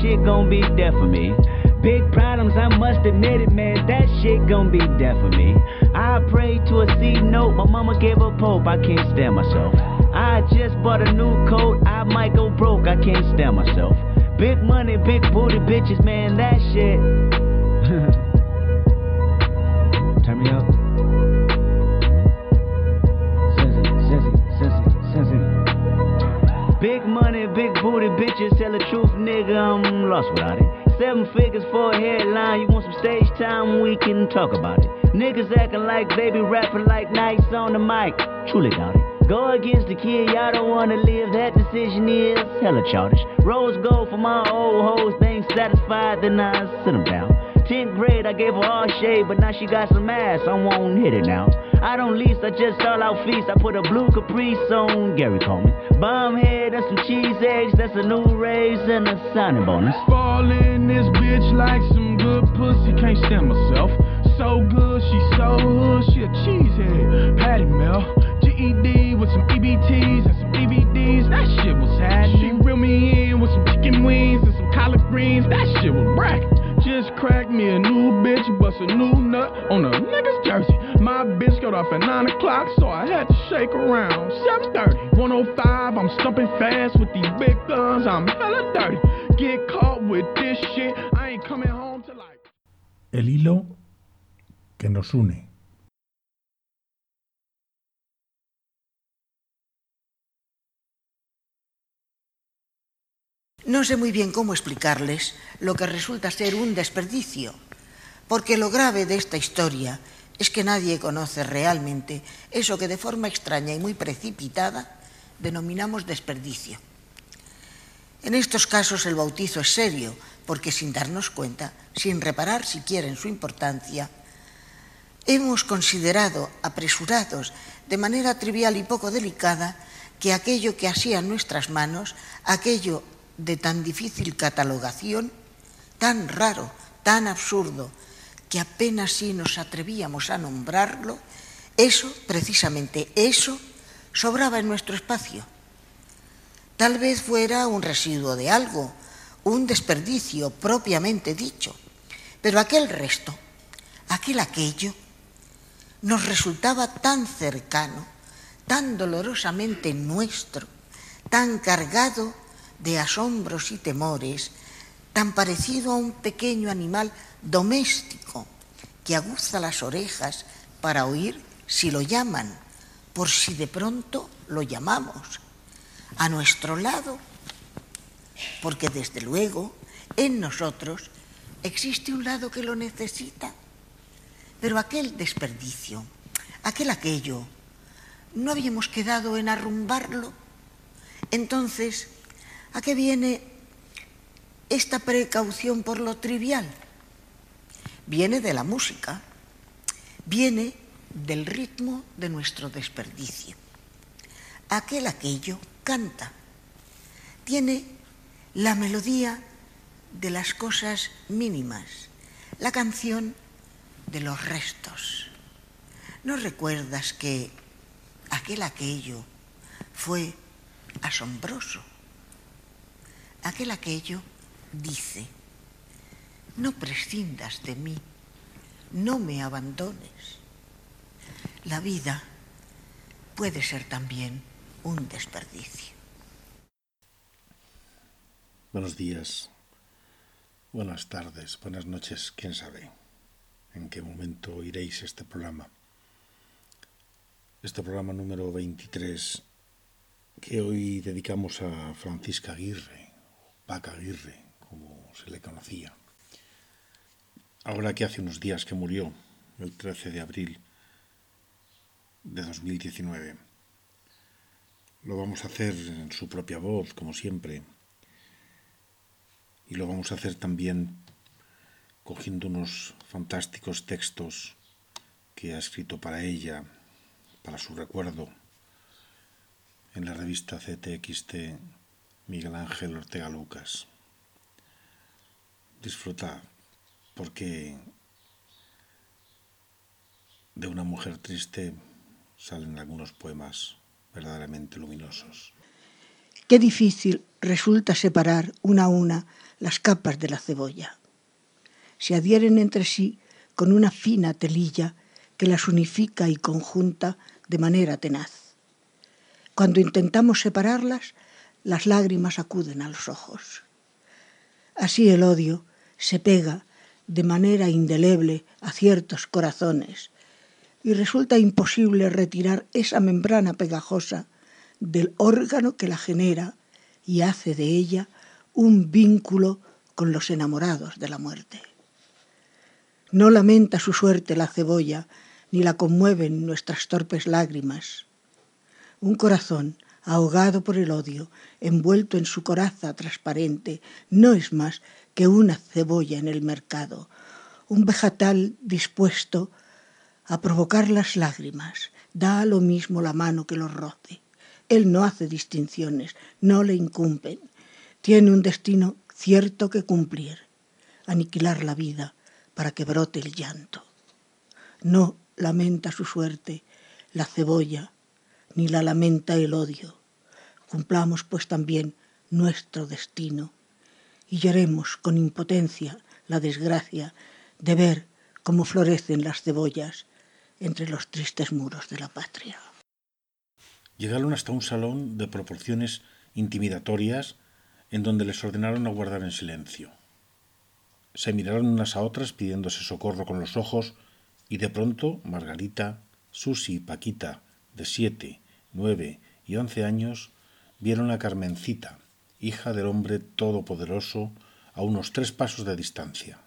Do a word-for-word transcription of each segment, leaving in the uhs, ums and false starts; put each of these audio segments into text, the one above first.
shit gon' be death for me. Big problems, I must admit it, man, that shit gon' be death for me. I pray to a C note, my mama gave up hope, I can't stand myself. I just bought a new coat, I might go broke, I can't stand myself. Big money, big booty bitches, man, that shit. Turn me up. Sissy, sissy, sissy, sissy. Big money, big booty bitches, tell the truth, nigga, I'm lost without it. Seven figures for a headline, you want some stage time, we can talk about it. Niggas acting like they be rapping like nice on the mic, truly doubt it. Go against the kid, y'all don't wanna live, that decision is hella childish. Rose gold for my old hoes, they ain't satisfied, then I sit them down. Tenth grade, I gave her all shade, but now she got some ass, I won't hit it now. I don't lease, I just stall out feast, I put a blue Caprice on Gary Coleman. Bomb head and some cheese eggs, that's a new raise and a signing bonus. Fall in this bitch like some good pussy, can't stand myself. So good, she so hood, she a cheesehead. Patty Mel, G E D with some E B Ts and some D V Ds, that shit was happening. She reeled me in with some chicken wings and some collard greens, that shit was bracket. Just cracked me a new bitch, bust a new nut on a nigga's jersey. My bitch got off at nine o'clock, so I had to shake around. seven thirty, one oh five, I'm stumping fast with these big guns, I'm hella dirty. Get caught with this shit, I ain't coming home till like... El hilo que nos une. No sé muy bien cómo explicarles lo que resulta ser un desperdicio, porque lo grave de esta historia es que nadie conoce realmente eso que de forma extraña y muy precipitada denominamos desperdicio. En estos casos el bautizo es serio, porque sin darnos cuenta, sin reparar siquiera en su importancia, hemos considerado apresurados de manera trivial y poco delicada que aquello que hacía en nuestras manos, aquello de tan difícil catalogación, tan raro, tan absurdo, que apenas si nos atrevíamos a nombrarlo, eso, precisamente eso, sobraba en nuestro espacio. Tal vez fuera un residuo de algo, un desperdicio propiamente dicho, pero aquel resto, aquel aquello, nos resultaba tan cercano, tan dolorosamente nuestro, tan cargado de asombros y temores, tan parecido a un pequeño animal doméstico que aguza las orejas para oír si lo llaman, por si de pronto lo llamamos, a nuestro lado, porque desde luego en nosotros existe un lado que lo necesita. Pero aquel desperdicio, aquel aquello, ¿no habíamos quedado en arrumbarlo? Entonces, ¿a qué viene esta precaución por lo trivial? Viene de la música, viene del ritmo de nuestro desperdicio. Aquel aquello canta, tiene la melodía de las cosas mínimas, la canción de los restos. ¿No recuerdas que aquel aquello fue asombroso? Aquel aquello dice: no prescindas de mí, no me abandones. La vida puede ser también un desperdicio. Buenos días, buenas tardes, buenas noches, quién sabe en qué momento oiréis este programa. Este programa número veintitrés que hoy dedicamos a Francisca Aguirre, Paca Aguirre, como se le conocía. Ahora que hace unos días que murió, el trece de abril de dos mil diecinueve. Lo vamos a hacer en su propia voz, como siempre. Y lo vamos a hacer también cogiendo unos fantásticos textos que ha escrito para ella, para su recuerdo, en la revista C T X T Miguel Ángel Ortega Lucas. Disfrutad, porque de una mujer triste salen algunos poemas verdaderamente luminosos. Qué difícil resulta separar una a una las capas de la cebolla. Se adhieren entre sí con una fina telilla que las unifica y conjunta de manera tenaz. Cuando intentamos separarlas, las lágrimas acuden a los ojos. Así el odio se pega de manera indeleble a ciertos corazones y resulta imposible retirar esa membrana pegajosa del órgano que la genera y hace de ella un vínculo con los enamorados de la muerte. No lamenta su suerte la cebolla, ni la conmueven nuestras torpes lágrimas. Un corazón ahogado por el odio, envuelto en su coraza transparente, no es más que una cebolla en el mercado, un vegetal dispuesto a provocar las lágrimas. Da lo mismo la mano que los roce. Él no hace distinciones, no le incumben. Tiene un destino cierto que cumplir, aniquilar la vida para que brote el llanto. No lamenta su suerte la cebolla, ni la lamenta el odio. Cumplamos pues también nuestro destino y lloremos con impotencia la desgracia de ver cómo florecen las cebollas entre los tristes muros de la patria. Llegaron hasta un salón de proporciones intimidatorias en donde les ordenaron aguardar en silencio. Se miraron unas a otras pidiéndose socorro con los ojos y de pronto Margarita, Susi y Paquita, de siete, nueve y once años, vieron a Carmencita, hija del hombre todopoderoso, a unos tres pasos de distancia.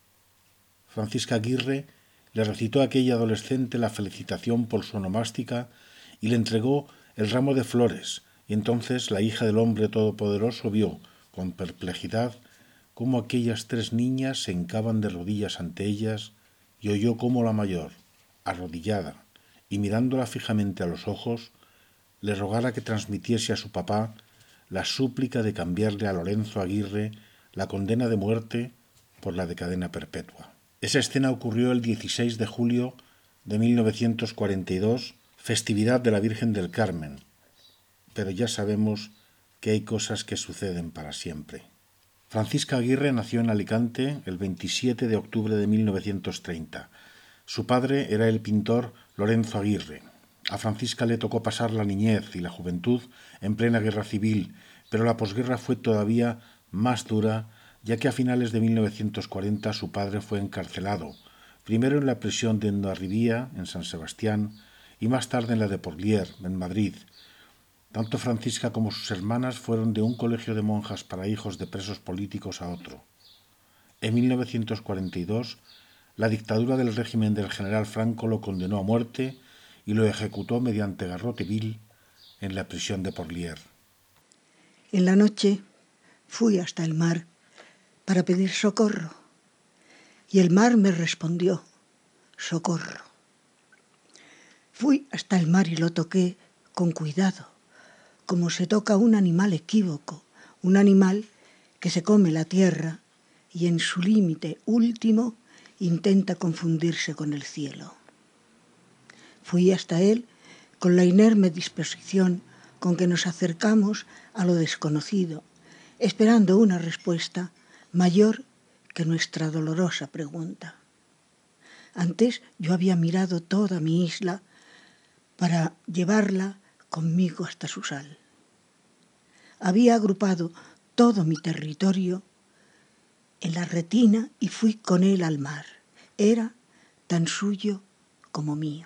Francisca Aguirre le recitó a aquella adolescente la felicitación por su onomástica y le entregó el ramo de flores, y entonces la hija del hombre todopoderoso vio, con perplejidad, cómo aquellas tres niñas se hincaban de rodillas ante ellas y oyó cómo la mayor, arrodillada y mirándola fijamente a los ojos, le rogara que transmitiese a su papá la súplica de cambiarle a Lorenzo Aguirre la condena de muerte por la de cadena perpetua. Esa escena ocurrió el dieciséis de julio de mil novecientos cuarenta y dos, festividad de la Virgen del Carmen, pero ya sabemos que hay cosas que suceden para siempre. Francisca Aguirre nació en Alicante el veintisiete de octubre de mil novecientos treinta. Su padre era el pintor Lorenzo Aguirre. A Francisca le tocó pasar la niñez y la juventud en plena guerra civil, pero la posguerra fue todavía más dura, ya que a finales de mil novecientos cuarenta su padre fue encarcelado, primero en la prisión de Hondarribía, en San Sebastián, y más tarde en la de Porlier, en Madrid. Tanto Francisca como sus hermanas fueron de un colegio de monjas para hijos de presos políticos a otro. En mil novecientos cuarenta y dos, la dictadura del régimen del general Franco lo condenó a muerte y lo ejecutó mediante garrote vil en la prisión de Porlier. En la noche fui hasta el mar para pedir socorro y el mar me respondió, socorro. Fui hasta el mar y lo toqué con cuidado, como se toca un animal equívoco, un animal que se come la tierra y en su límite último intenta confundirse con el cielo. Fui hasta él con la inerme disposición con que nos acercamos a lo desconocido, esperando una respuesta mayor que nuestra dolorosa pregunta. Antes yo había mirado toda mi isla para llevarla conmigo hasta su sal. Había agrupado todo mi territorio en la retina y fui con él al mar. Era tan suyo como mío.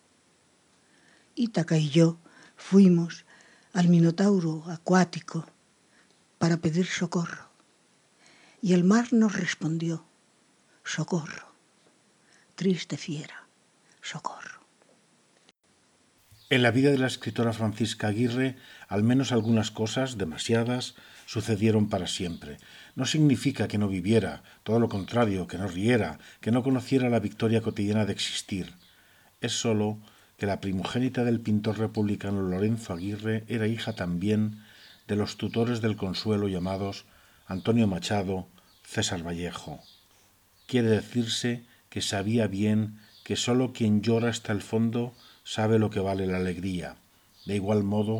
Ítaca y yo fuimos al Minotauro acuático para pedir socorro. Y el mar nos respondió, socorro, triste fiera, socorro. En la vida de la escritora Francisca Aguirre, al menos algunas cosas, demasiadas, sucedieron para siempre. No significa que no viviera, todo lo contrario, que no riera, que no conociera la victoria cotidiana de existir. Es sólo que la primogénita del pintor republicano Lorenzo Aguirre era hija también de los tutores del Consuelo llamados Antonio Machado, César Vallejo. Quiere decirse que sabía bien que sólo quien llora hasta el fondo sabe lo que vale la alegría, de igual modo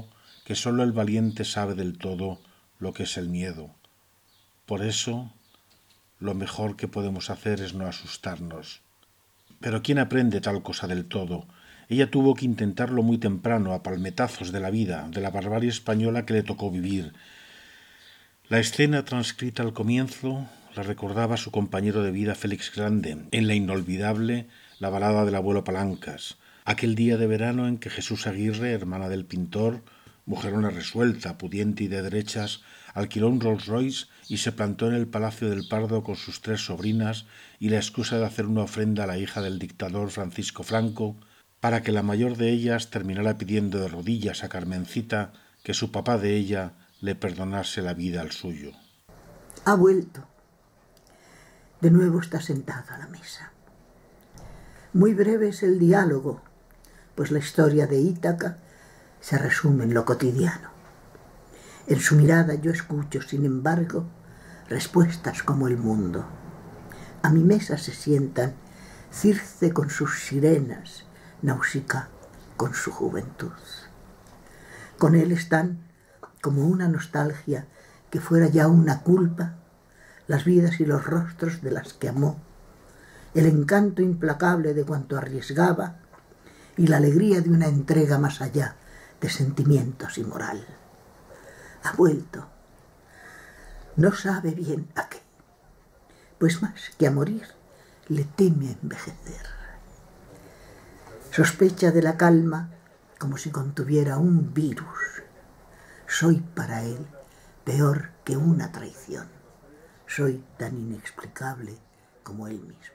que sólo el valiente sabe del todo lo que es el miedo. Por eso, lo mejor que podemos hacer es no asustarnos. Pero ¿quién aprende tal cosa del todo? Ella tuvo que intentarlo muy temprano, a palmetazos de la vida, de la barbarie española que le tocó vivir. La escena transcrita al comienzo la recordaba su compañero de vida Félix Grande, en la inolvidable La balada del abuelo Palancas, aquel día de verano en que Jesús Aguirre, hermana del pintor, mujerona resuelta, pudiente y de derechas, alquiló un Rolls Royce y se plantó en el Palacio del Pardo con sus tres sobrinas y la excusa de hacer una ofrenda a la hija del dictador Francisco Franco, para que la mayor de ellas terminara pidiendo de rodillas a Carmencita que su papá de ella le perdonase la vida al suyo. Ha vuelto. De nuevo está sentado a la mesa. Muy breve es el diálogo, pues la historia de Ítaca se resume en lo cotidiano. En su mirada yo escucho, sin embargo, respuestas como el mundo. A mi mesa se sientan Circe con sus sirenas, Nausicaa con su juventud. Con él están, como una nostalgia que fuera ya una culpa, las vidas y los rostros de las que amó, el encanto implacable de cuanto arriesgaba y la alegría de una entrega más allá de sentimientos y moral. Ha vuelto. No sabe bien a qué, pues más que a morir, le teme envejecer. Sospecha de la calma como si contuviera un virus. Soy para él peor que una traición. Soy tan inexplicable como él mismo.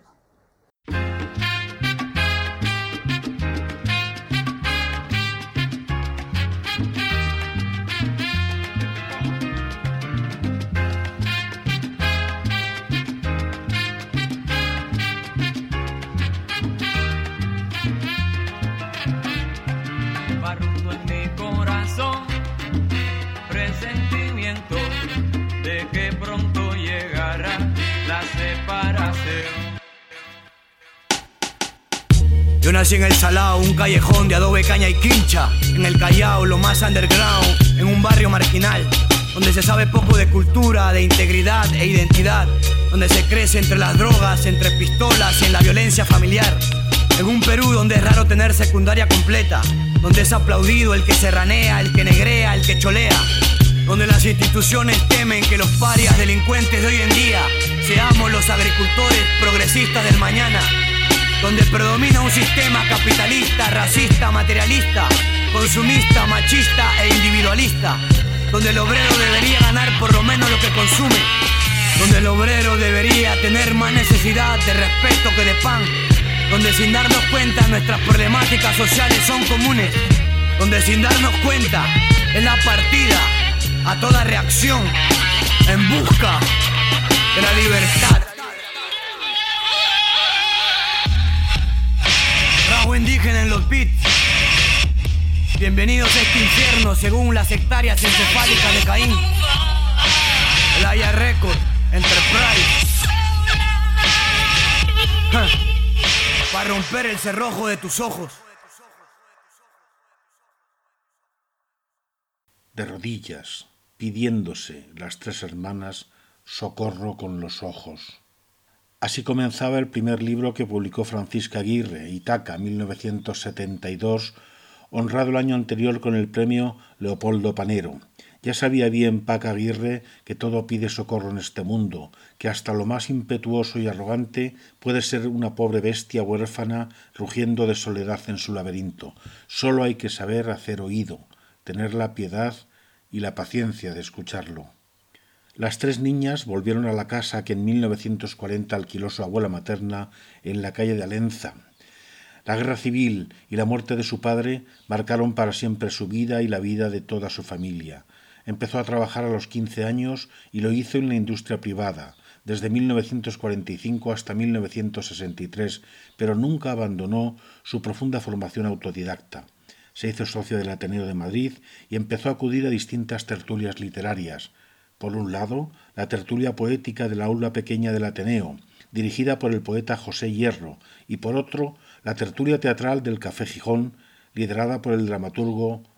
Barrundo en mi corazón, presentimiento de que pronto llegará la separación. Yo nací en El Salao, un callejón de adobe, caña y quincha. En el Callao, lo más underground, en un barrio marginal, donde se sabe poco de cultura, de integridad e identidad, donde se crece entre las drogas, entre pistolas y en la violencia familiar. En un Perú donde es raro tener secundaria completa, donde es aplaudido el que serranea, el que negrea, el que cholea, donde las instituciones temen que los parias delincuentes de hoy en día seamos los agricultores progresistas del mañana, donde predomina un sistema capitalista, racista, materialista, consumista, machista e individualista, donde el obrero debería ganar por lo menos lo que consume, donde el obrero debería tener más necesidad de respeto que de pan, donde sin darnos cuenta nuestras problemáticas sociales son comunes, donde sin darnos cuenta es la partida a toda reacción en busca de la libertad. Rasgo indígena en los beats. Bienvenidos a este infierno según las hectáreas encefálicas de Caín. El Aya Record Enterprise. Huh. Para romper el cerrojo de tus ojos. De rodillas, pidiéndose las tres hermanas socorro con los ojos. Así comenzaba el primer libro que publicó Francisca Aguirre, Ítaca, mil novecientos setenta y dos, honrado el año anterior con el premio Leopoldo Panero. Ya sabía bien Paca Aguirre que todo pide socorro en este mundo, que hasta lo más impetuoso y arrogante puede ser una pobre bestia huérfana rugiendo de soledad en su laberinto. Solo hay que saber hacer oído, tener la piedad y la paciencia de escucharlo. Las tres niñas volvieron a la casa que en mil novecientos cuarenta alquiló su abuela materna en la calle de Alenza. La guerra civil y la muerte de su padre marcaron para siempre su vida y la vida de toda su familia. Empezó a trabajar a los quince años y lo hizo en la industria privada, desde mil novecientos cuarenta y cinco hasta mil novecientos sesenta y tres, pero nunca abandonó su profunda formación autodidacta. Se hizo socio del Ateneo de Madrid y empezó a acudir a distintas tertulias literarias. Por un lado, la tertulia poética de la aula pequeña del Ateneo, dirigida por el poeta José Hierro, y por otro, la tertulia teatral del Café Gijón, liderada por el dramaturgo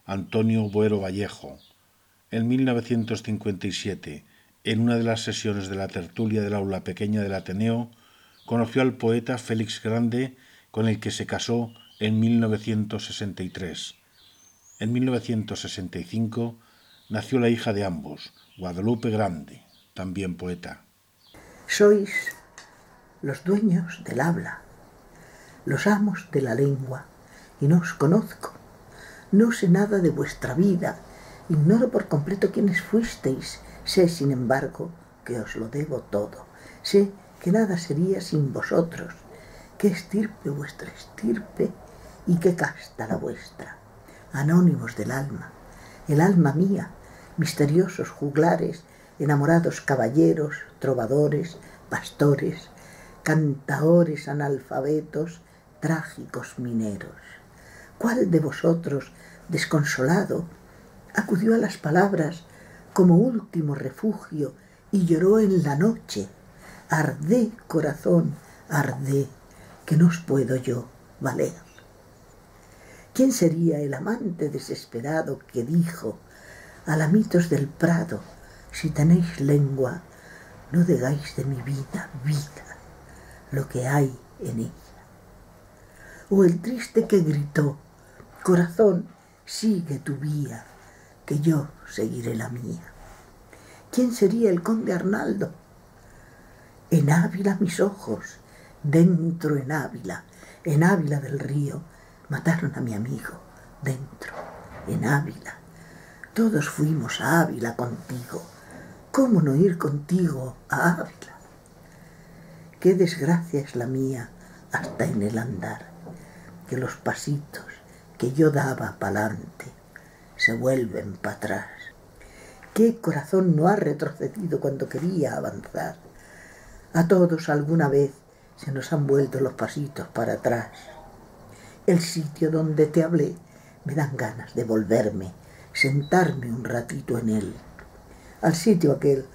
Antonio Boero Vallejo. En mil novecientos cincuenta y siete, en una de las sesiones de la tertulia del aula pequeña del Ateneo, conoció al poeta Félix Grande, con el que se casó en mil novecientos sesenta y tres. En mil novecientos sesenta y cinco nació la hija de ambos, Guadalupe Grande, también poeta. Sois los dueños del habla, los amos de la lengua, y no os conozco. No sé nada de vuestra vida, ignoro por completo quiénes fuisteis. Sé, sin embargo, que os lo debo todo. Sé que nada sería sin vosotros, qué estirpe vuestra estirpe y qué casta la vuestra. Anónimos del alma, el alma mía, misteriosos juglares, enamorados caballeros, trovadores, pastores, cantaores analfabetos, trágicos mineros. ¿Cuál de vosotros, desconsolado, acudió a las palabras como último refugio y lloró en la noche? Ardé, corazón, ardé, que no os puedo yo valer. ¿Quién sería el amante desesperado que dijo, alamitos del prado, si tenéis lengua, no digáis de mi vida, vida, lo que hay en ella? O el triste que gritó, corazón, sigue tu vía, que yo seguiré la mía. ¿Quién sería el conde Arnaldo? En Ávila mis ojos, dentro en Ávila, en Ávila del río, mataron a mi amigo, dentro, en Ávila. Todos fuimos a Ávila contigo. ¿Cómo no ir contigo a Ávila? Qué desgracia es la mía hasta en el andar, que los pasitos que yo daba pa'lante se vuelven para atrás. ¿Qué corazón no ha retrocedido cuando quería avanzar? A todos alguna vez se nos han vuelto los pasitos para atrás. El sitio donde te hablé me dan ganas de volverme, sentarme un ratito en él. Al sitio aquel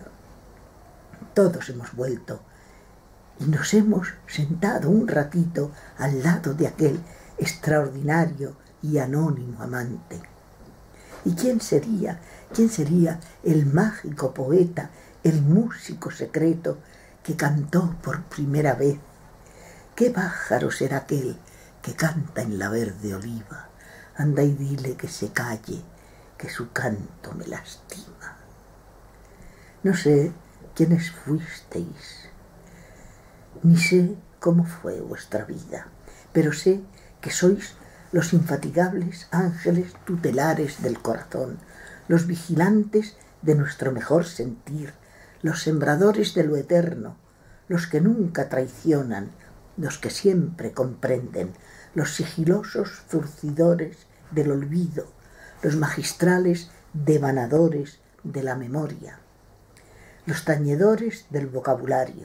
todos hemos vuelto y nos hemos sentado un ratito al lado de aquel extraordinario y anónimo amante. ¿Y quién sería, quién sería el mágico poeta, el músico secreto que cantó por primera vez? ¿Qué pájaro será aquel que canta en la verde oliva? Anda y dile que se calle, que su canto me lastima. No sé quiénes fuisteis, ni sé cómo fue vuestra vida, pero sé que sois los infatigables ángeles tutelares del corazón, los vigilantes de nuestro mejor sentir, los sembradores de lo eterno, los que nunca traicionan, los que siempre comprenden, los sigilosos zurcidores del olvido, los magistrales devanadores de la memoria, los tañedores del vocabulario.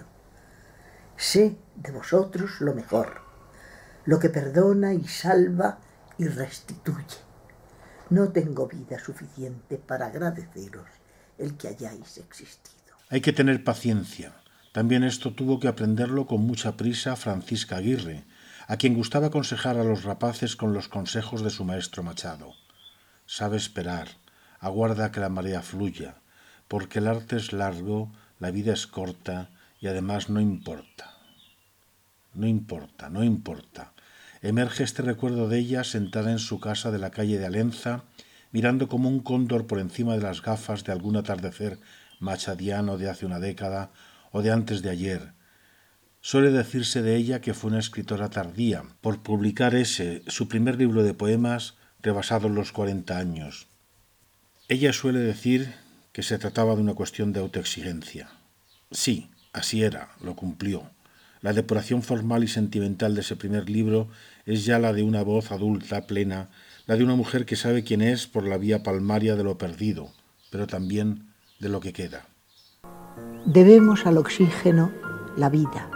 Sé de vosotros lo mejor, lo que perdona y salva y restituye. No tengo vida suficiente para agradeceros el que hayáis existido. Hay que tener paciencia. También esto tuvo que aprenderlo con mucha prisa Francisca Aguirre, a quien gustaba aconsejar a los rapaces con los consejos de su maestro Machado. Sabe esperar, aguarda que la marea fluya, porque el arte es largo, la vida es corta y además no importa. No importa, no importa. Emerge este recuerdo de ella sentada en su casa de la calle de Alenza, mirando como un cóndor por encima de las gafas de algún atardecer machadiano de hace una década o de antes de ayer. Suele decirse de ella que fue una escritora tardía, por publicar ese, su primer libro de poemas, rebasados los cuarenta años. Ella suele decir que se trataba de una cuestión de autoexigencia. Sí, así era, lo cumplió. La depuración formal y sentimental de ese primer libro es ya la de una voz adulta, plena, la de una mujer que sabe quién es por la vía palmaria de lo perdido, pero también de lo que queda. Debemos al oxígeno la vida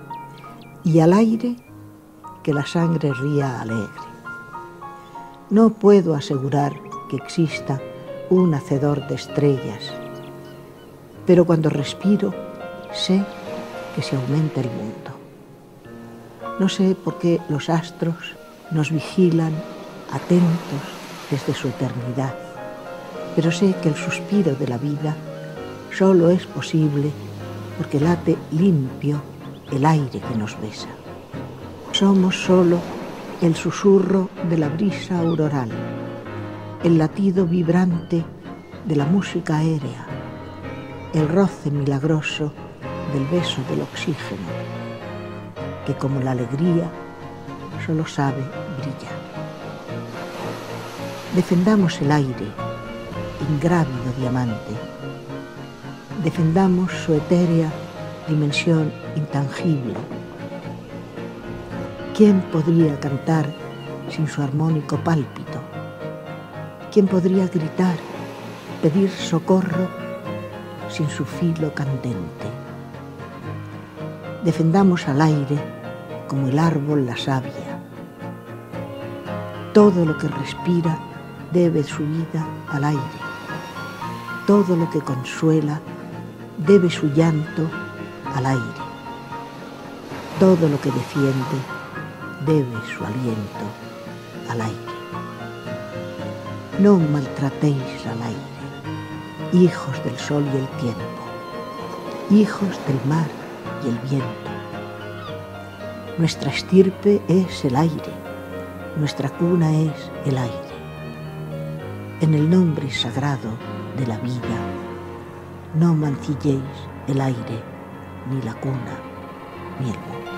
y al aire que la sangre ría alegre. No puedo asegurar que exista un hacedor de estrellas, pero cuando respiro sé que se aumenta el mundo. No sé por qué los astros nos vigilan atentos desde su eternidad, pero sé que el suspiro de la vida solo es posible porque late limpio el aire que nos besa. Somos solo el susurro de la brisa auroral, el latido vibrante de la música aérea, el roce milagroso del beso del oxígeno, que como la alegría solo sabe brillar. Defendamos el aire, ingrávido diamante. Defendamos su etérea dimensión intangible. ¿Quién podría cantar sin su armónico pálpito? ¿Quién podría gritar, pedir socorro sin su filo candente? Defendamos al aire como el árbol la savia. Todo lo que respira debe su vida al aire. Todo lo que consuela debe su llanto al aire. Todo lo que defiende debe su aliento al aire. No maltratéis al aire, hijos del sol y el tiempo, hijos del mar y el viento. Nuestra estirpe es el aire, nuestra cuna es el aire. En el nombre sagrado de la vida, no mancilléis el aire, ni la cuna, ni el mundo.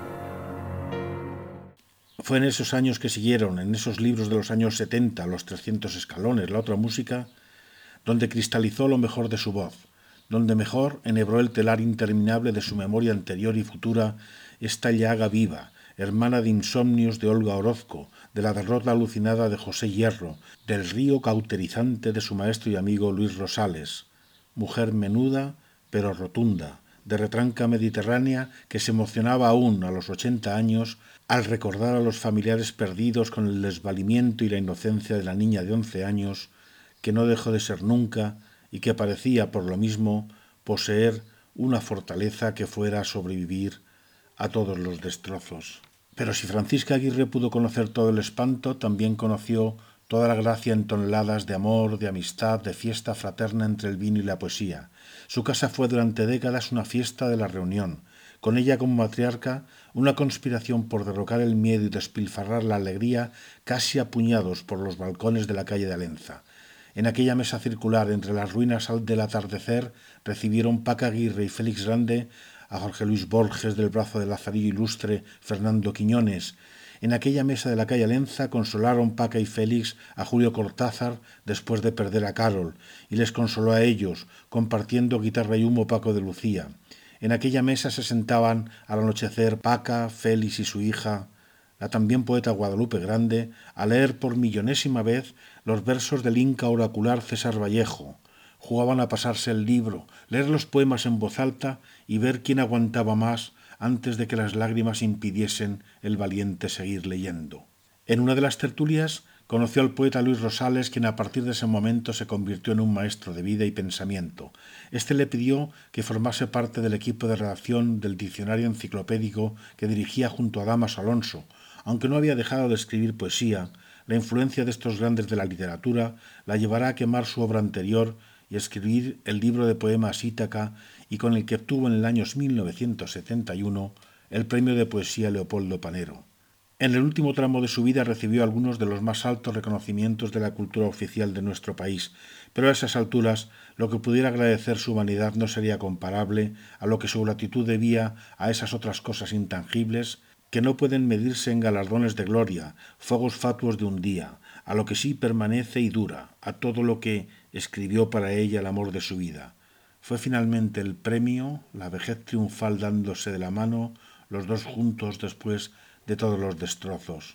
Fue en esos años que siguieron, en esos libros de los años setenta, Los trescientos escalones, La otra música, donde cristalizó lo mejor de su voz, donde mejor enhebró el telar interminable de su memoria anterior y futura, esta llaga viva, hermana de insomnios de Olga Orozco, de la derrota alucinada de José Hierro, del río cauterizante de su maestro y amigo Luis Rosales, mujer menuda pero rotunda, de retranca mediterránea que se emocionaba aún a los ochenta años al recordar a los familiares perdidos con el desvalimiento y la inocencia de la niña de once años, que no dejó de ser nunca y que parecía, por lo mismo, poseer una fortaleza que fuera a sobrevivir a todos los destrozos. Pero si Francisca Aguirre pudo conocer todo el espanto, también conoció toda la gracia en toneladas de amor, de amistad, de fiesta fraterna entre el vino y la poesía. Su casa fue durante décadas una fiesta de la reunión, con ella como matriarca, una conspiración por derrocar el miedo y despilfarrar la alegría casi a puñados por los balcones de la calle de Alenza. En aquella mesa circular entre las ruinas del atardecer recibieron Paca Aguirre y Félix Grande a Jorge Luis Borges del brazo del Lazarillo ilustre Fernando Quiñones. En aquella mesa de la calle Alenza consolaron Paca y Félix a Julio Cortázar después de perder a Carol, y les consoló a ellos, compartiendo guitarra y humo Paco de Lucía. En aquella mesa se sentaban al anochecer Paca, Félix y su hija, la también poeta Guadalupe Grande, a leer por millonésima vez los versos del inca oracular César Vallejo. Jugaban a pasarse el libro, leer los poemas en voz alta y ver quién aguantaba más antes de que las lágrimas impidiesen el valiente seguir leyendo. En una de las tertulias conoció al poeta Luis Rosales, quien a partir de ese momento se convirtió en un maestro de vida y pensamiento. Este le pidió que formase parte del equipo de redacción del diccionario enciclopédico que dirigía junto a Damaso Alonso. Aunque no había dejado de escribir poesía, la influencia de estos grandes de la literatura la llevará a quemar su obra anterior y escribir el libro de poemas Ítaca, y con el que obtuvo en el año mil novecientos setenta y uno el premio de poesía Leopoldo Panero. En el último tramo de su vida recibió algunos de los más altos reconocimientos de la cultura oficial de nuestro país, pero a esas alturas lo que pudiera agradecer su humanidad no sería comparable a lo que su gratitud debía a esas otras cosas intangibles que no pueden medirse en galardones de gloria, fuegos fatuos de un día, a lo que sí permanece y dura, a todo lo que escribió para ella el amor de su vida. Fue finalmente el premio, la vejez triunfal dándose de la mano, los dos juntos después de todos los destrozos.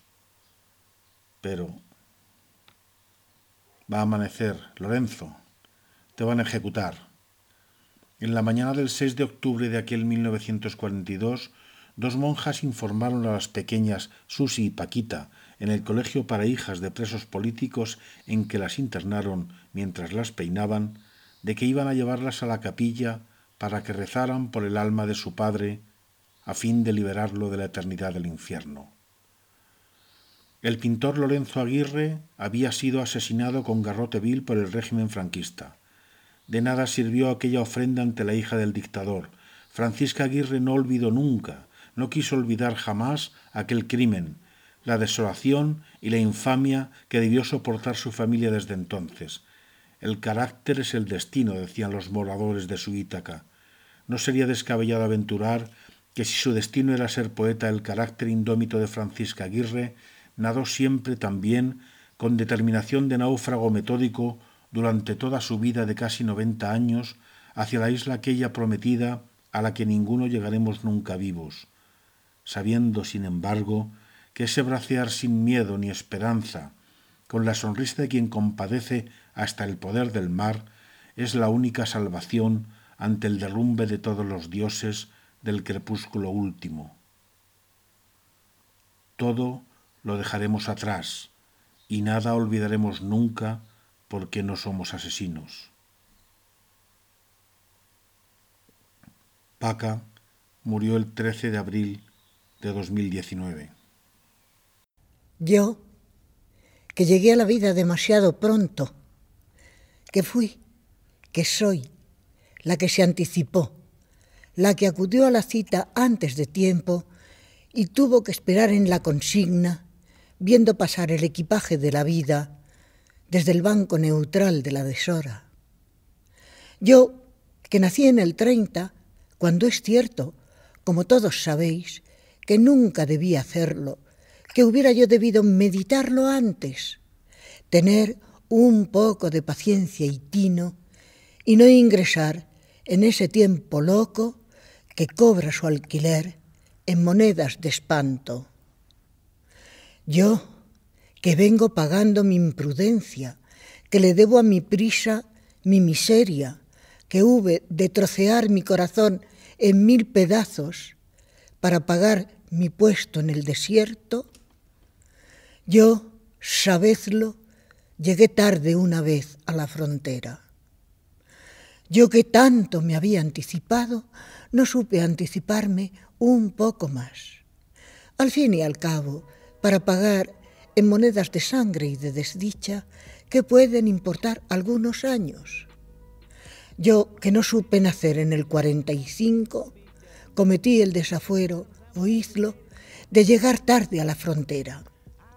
Pero va a amanecer, Lorenzo, te van a ejecutar. En la mañana del seis de octubre de aquel mil novecientos cuarenta y dos, dos monjas informaron a las pequeñas Susi y Paquita en el colegio para hijas de presos políticos en que las internaron mientras las peinaban, de que iban a llevarlas a la capilla para que rezaran por el alma de su padre a fin de liberarlo de la eternidad del infierno. El pintor Lorenzo Aguirre había sido asesinado con garrote vil por el régimen franquista. De nada sirvió aquella ofrenda ante la hija del dictador. Francisca Aguirre no olvidó nunca, no quiso olvidar jamás aquel crimen, la desolación y la infamia que debió soportar su familia desde entonces. El carácter es el destino, decían los moradores de su Ítaca. No sería descabellado aventurar que si su destino era ser poeta, el carácter indómito de Francisca Aguirre nadó siempre también con determinación de náufrago metódico durante toda su vida de casi noventa años hacia la isla aquella prometida a la que ninguno llegaremos nunca vivos, sabiendo, sin embargo, que ese bracear sin miedo ni esperanza, con la sonrisa de quien compadece hasta el poder del mar, es la única salvación ante el derrumbe de todos los dioses del crepúsculo último. Todo lo dejaremos atrás y nada olvidaremos nunca porque no somos asesinos. Paca murió el trece de abril de dos mil diecinueve. Yo, que llegué a la vida demasiado pronto, que fui, que soy, la que se anticipó, la que acudió a la cita antes de tiempo y tuvo que esperar en la consigna, viendo pasar el equipaje de la vida desde el banco neutral de la deshora. Yo, que nací en el treinta, cuando es cierto, como todos sabéis, que nunca debí hacerlo, que hubiera yo debido meditarlo antes, tener un poco de paciencia y tino y no ingresar en ese tiempo loco que cobra su alquiler en monedas de espanto. Yo, que vengo pagando mi imprudencia, que le debo a mi prisa mi miseria, que hube de trocear mi corazón en mil pedazos para pagar mi puesto en el desierto, yo, sabedlo, llegué tarde una vez a la frontera. Yo que tanto me había anticipado, no supe anticiparme un poco más. Al fin y al cabo, para pagar en monedas de sangre y de desdicha que pueden importar algunos años. Yo, que no supe nacer en el cuarenta y cinco, cometí el desafuero, oídlo, de llegar tarde a la frontera.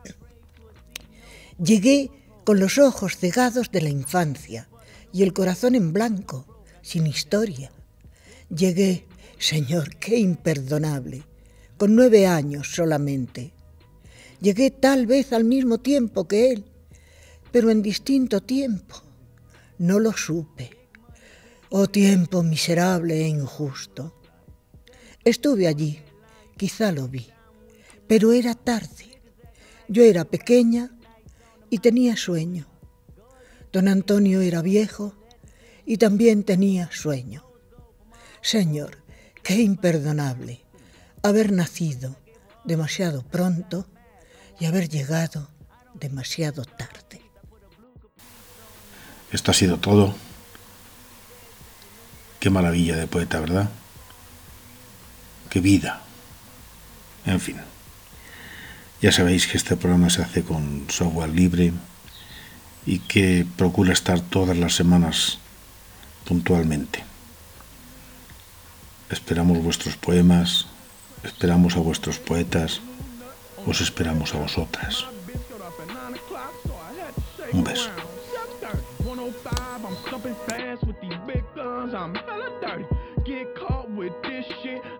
Llegué con los ojos cegados de la infancia y el corazón en blanco, sin historia. Llegué, Señor, qué imperdonable, con nueve años solamente. Llegué tal vez al mismo tiempo que él, pero en distinto tiempo. No lo supe. Oh tiempo miserable e injusto. Estuve allí, quizá lo vi, pero era tarde. Yo era pequeña y tenía sueño. Don Antonio era viejo y también tenía sueño. Señor, qué imperdonable haber nacido demasiado pronto y haber llegado demasiado tarde. Esto ha sido todo. Qué maravilla de poeta, ¿verdad? Qué vida. En fin. Ya sabéis que este programa se hace con software libre y que procura estar todas las semanas puntualmente. Esperamos vuestros poemas, esperamos a vuestros poetas, os esperamos a vosotras. Un beso. I'm hella dirty. Get caught with this shit.